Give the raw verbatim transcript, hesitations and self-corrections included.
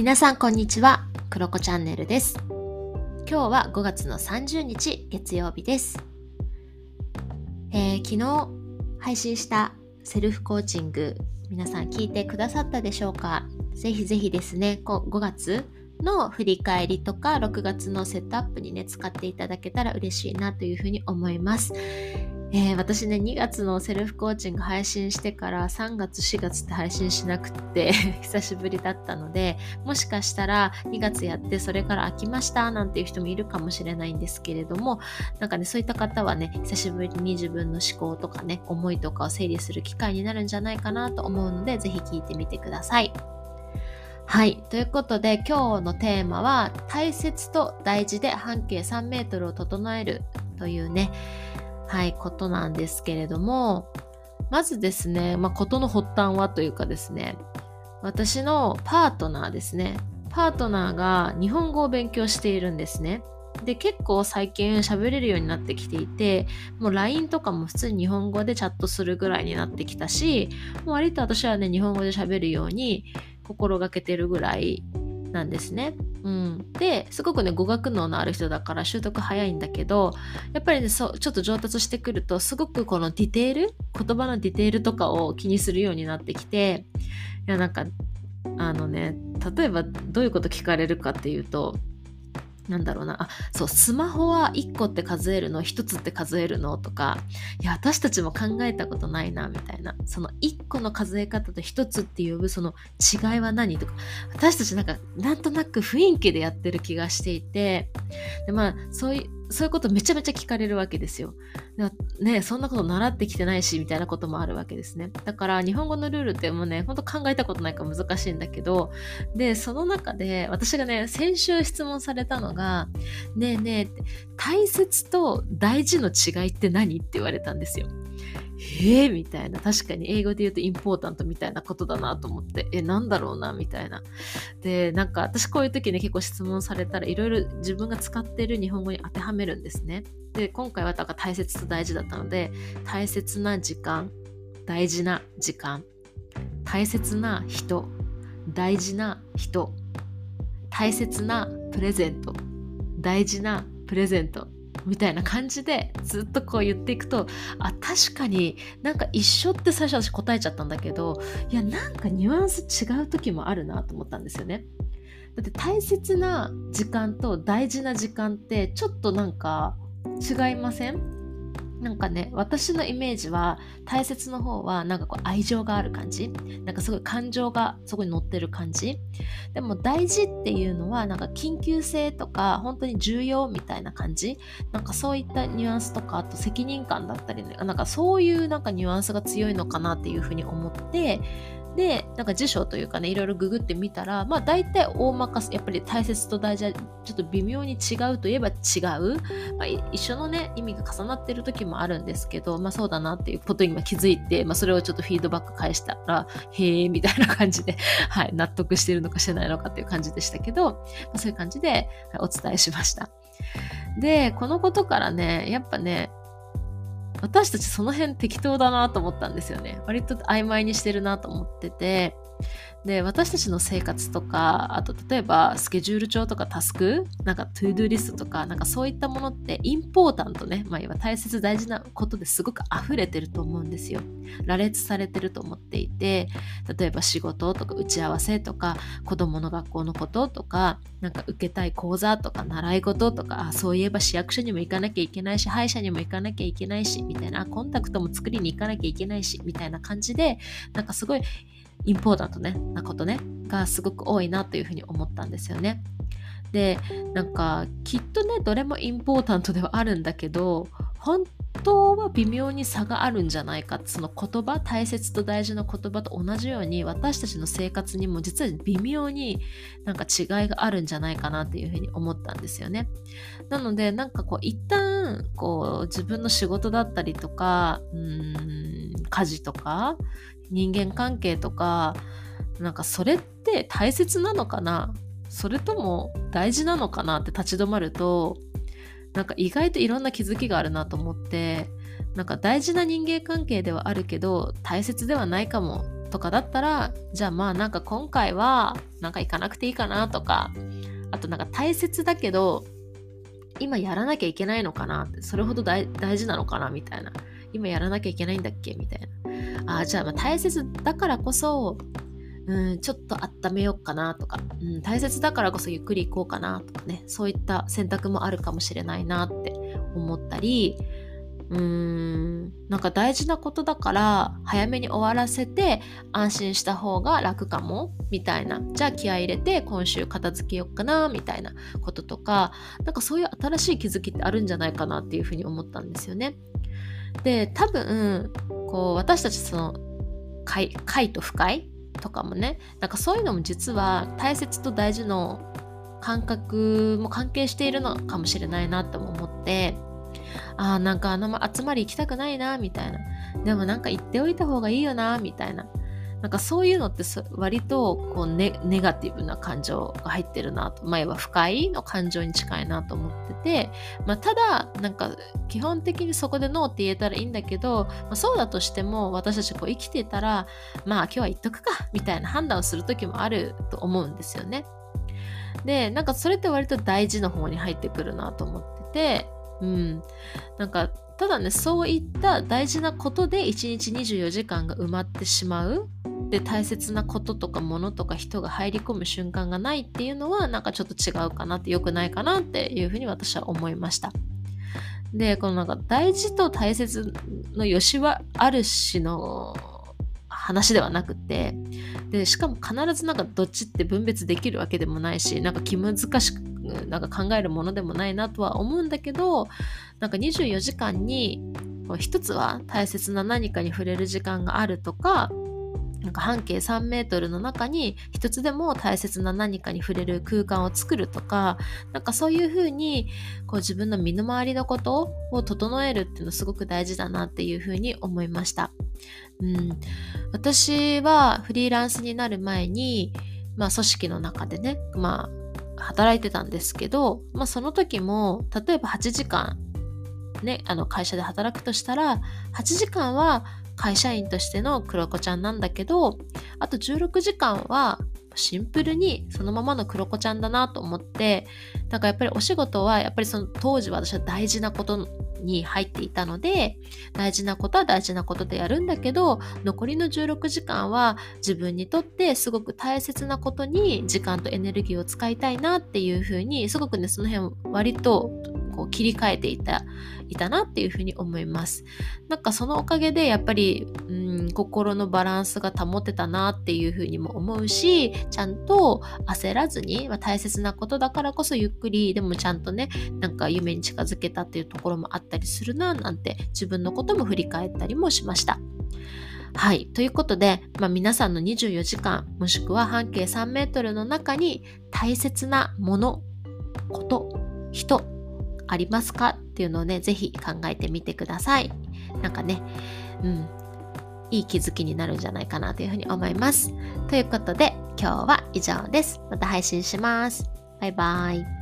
皆さんこんにちは、クロコチャンネルです。今日はごがつのさんじゅうにち月曜日です。えー、昨日配信したセルフコーチング、皆さん聞いてくださったでしょうか？ぜひぜひですね、ごがつの振り返りとかろくがつのセットアップにね使っていただけたら嬉しいなというふうに思います。えー、私ねにがつのセルフコーチング配信してからさんがつしがつって配信しなくって久しぶりだったので、もしかしたらにがつやってそれから飽きましたなんていう人もいるかもしれないんですけれども、なんかねそういった方はね久しぶりに自分の思考とかね思いとかを整理する機会になるんじゃないかなと思うので、ぜひ聞いてみてください。はい、ということで今日のテーマは大切と大事で半径さんメートルを整えるというねはい、ことなんですけれども、まずですね、まあ、ことの発端はというかですね、私のパートナーですね、パートナーが日本語を勉強しているんですね。で、結構最近喋れるようになってきていて、もう ライン とかも普通に日本語でチャットするぐらいになってきたし、もう割と私はね、日本語で喋るように心がけてるぐらいなんですね。うん、ですごくね語学能のある人だから習得早いんだけど、やっぱりねそうちょっと上達してくるとすごくこのディテール言葉のディテールとかを気にするようになってきて、いやなんかあのね例えばどういうこと聞かれるかっていうと、なんだろうなあそうスマホはいっこって数えるのひとつって数えるのとか、いや私たちも考えたことないなみたいな、そのいっこの数え方とひとつって呼ぶその違いは何とか、私たちなんかなんとなく雰囲気でやってる気がしていて、でまあそういうそういうことめちゃめちゃ聞かれるわけですよ。ね、そんなこと習ってきてないしみたいなこともあるわけですね。だから日本語のルールってもうねほんと考えたことないから難しいんだけど、でその中で私がね先週質問されたのが、ねえねえ大切と大事の違いって何って言われたんですよ。えー、みたいな、確かに英語で言うとインポータントみたいなことだなと思って、えなんだろうなみたいな。でなんか私こういう時ね結構質問されたらいろいろ自分が使ってる日本語に当てはめるんですね。で今回はだから大切と大事だったので、大切な時間、大事な時間、大切な人、大事な人、大切なプレゼント、大事なプレゼントみたいな感じでずっとこう言っていくと、あ確かになんか一緒って最初私答えちゃったんだけど、いやなんかニュアンス違う時もあるなと思ったんですよね。だって大切な時間と大事な時間ってちょっとなんか違いません？なんかね私のイメージは大切の方はなんかこう愛情がある感じ、なんかすごい感情がそこに乗ってる感じでも、大事っていうのはなんか緊急性とか本当に重要みたいな感じ、なんかそういったニュアンスとか、あと責任感だったりね、なんかそういうなんかニュアンスが強いのかなっていうふうに思って、でなんか辞書というかねいろいろググってみたら、まあ大体大まかやっぱり大切と大事はちょっと微妙に違うといえば違う、まあ、一緒のね意味が重なってる時もあるんですけど、まあそうだなっていうことに今気づいて、まあ、それをちょっとフィードバック返したらへーみたいな感じで、はい、納得してるのかしてないのかっていう感じでしたけど、まあ、そういう感じで、はい、お伝えしました。でこのことからねやっぱね私たちその辺適当だなと思ったんですよね。割と曖昧にしてるなと思ってて、で私たちの生活とか、あと例えばスケジュール帳とかタスク、なんかトゥードゥリストとか、なんかそういったものってインポータントね、まあ要は大切大事なことですごく溢れてると思うんですよ。羅列されてると思っていて、例えば仕事とか打ち合わせとか子供の学校のこととか、なんか受けたい講座とか習い事とか、あそういえば市役所にも行かなきゃいけないし、歯医者にも行かなきゃいけないしみたいな、コンタクトも作りに行かなきゃいけないしみたいな感じで、なんかすごいインポータントねなことねがすごく多いなというふうに思ったんですよね。でなんかきっとねどれもインポータントではあるんだけど、本当は微妙に差があるんじゃないか、その言葉、大切と大事な言葉と同じように私たちの生活にも実は微妙になんか違いがあるんじゃないかなっていうふうに思ったんですよね。なのでなんかこう一旦こう自分の仕事だったりとか、うーん家事とか人間関係とか、なんかそれって大切なのかな、それとも大事なのかなって立ち止まると、なんか意外といろんな気づきがあるなと思って、なんか大事な人間関係ではあるけど大切ではないかもとかだったら、じゃあまあなんか今回はなんか行かなくていいかなとか、あとなんか大切だけど今やらなきゃいけないのかなって、それほど大大事なのかなみたいな、今やらなきゃいけないんだっけみたいな、あじゃあまあ大切だからこそうんちょっと温めようかなとか、うん、大切だからこそゆっくり行こうかなとかね、そういった選択もあるかもしれないなって思ったり、うーんなんか大事なことだから早めに終わらせて安心した方が楽かもみたいな、じゃあ気合い入れて今週片付けようかなみたいなこととか、なんかそういう新しい気づきってあるんじゃないかなっていうふうに思ったんですよね。で多分こう私たちその快快と不快とかもね、なんかそういうのも実は大切と大事の感覚も関係しているのかもしれないなとも思って、あーなんかあの集まり行きたくないなみたいな、でもなんか行っておいた方がいいよなみたいな、なんかそういうのって割とこう ネ, ネガティブな感情が入ってるなと、前は不快の感情に近いなと思ってて、まあ、ただなんか基本的にそこでノーって言えたらいいんだけど、まあ、そうだとしても私たちこう生きてたらまあ今日は言っとくかみたいな判断をする時もあると思うんですよね。でなんかそれって割と大事の方に入ってくるなと思ってて、うん、なんかただね、そういった大事なことでいちにちにじゅうよじかんが埋まってしまう、で大切なこととか物とか人が入り込む瞬間がないっていうのはなんかちょっと違うかなって、良くないかなっていうふうに私は思いました。でこのなんか大事と大切のよしはあるしの話ではなくて、でしかも必ずなんかどっちって分別できるわけでもないし、なんか気難しくなんか考えるものでもないなとは思うんだけど、なんかにじゅうよじかんに一つは大切な何かに触れる時間があるとか、なんか半径さんメートルの中に一つでも大切な何かに触れる空間を作るとか、なんかそういう風にこう自分の身の回りのことを整えるっていうのすごく大事だなっていう風に思いました。うん、私はフリーランスになる前に、まあ、組織の中でね、まあ、働いてたんですけど、まあ、その時も例えばはちじかん、ね、あの会社で働くとしたらはちじかんは会社員としての黒子ちゃんなんだけど、あとじゅうろくじかんはシンプルにそのままの黒子ちゃんだなと思って、なんかやっぱりお仕事はやっぱりその当時は私は大事なことに入っていたので、大事なことは大事なことでやるんだけど、残りのじゅうろくじかんは自分にとってすごく大切なことに時間とエネルギーを使いたいなっていうふうに、すごくねその辺割とこう切り替えていたいたなっていうふうに思います。なんかそのおかげでやっぱり、うん、心のバランスが保てたなっていうふうにも思うし、ちゃんと焦らずに、まあ、大切なことだからこそゆっくりでもちゃんとね、なんか夢に近づけたっていうところもあったりするななんて、自分のことも振り返ったりもしました。はい。ということで、まあ、皆さんのにじゅうよじかんもしくは半径さんメートルの中に大切なもの、こと、人ありますかっていうのをね、ぜひ考えてみてください。なんかね、うん、いい気づきになるんじゃないかなというふうに思います。ということで、今日は以上です。また配信します。バイバイ。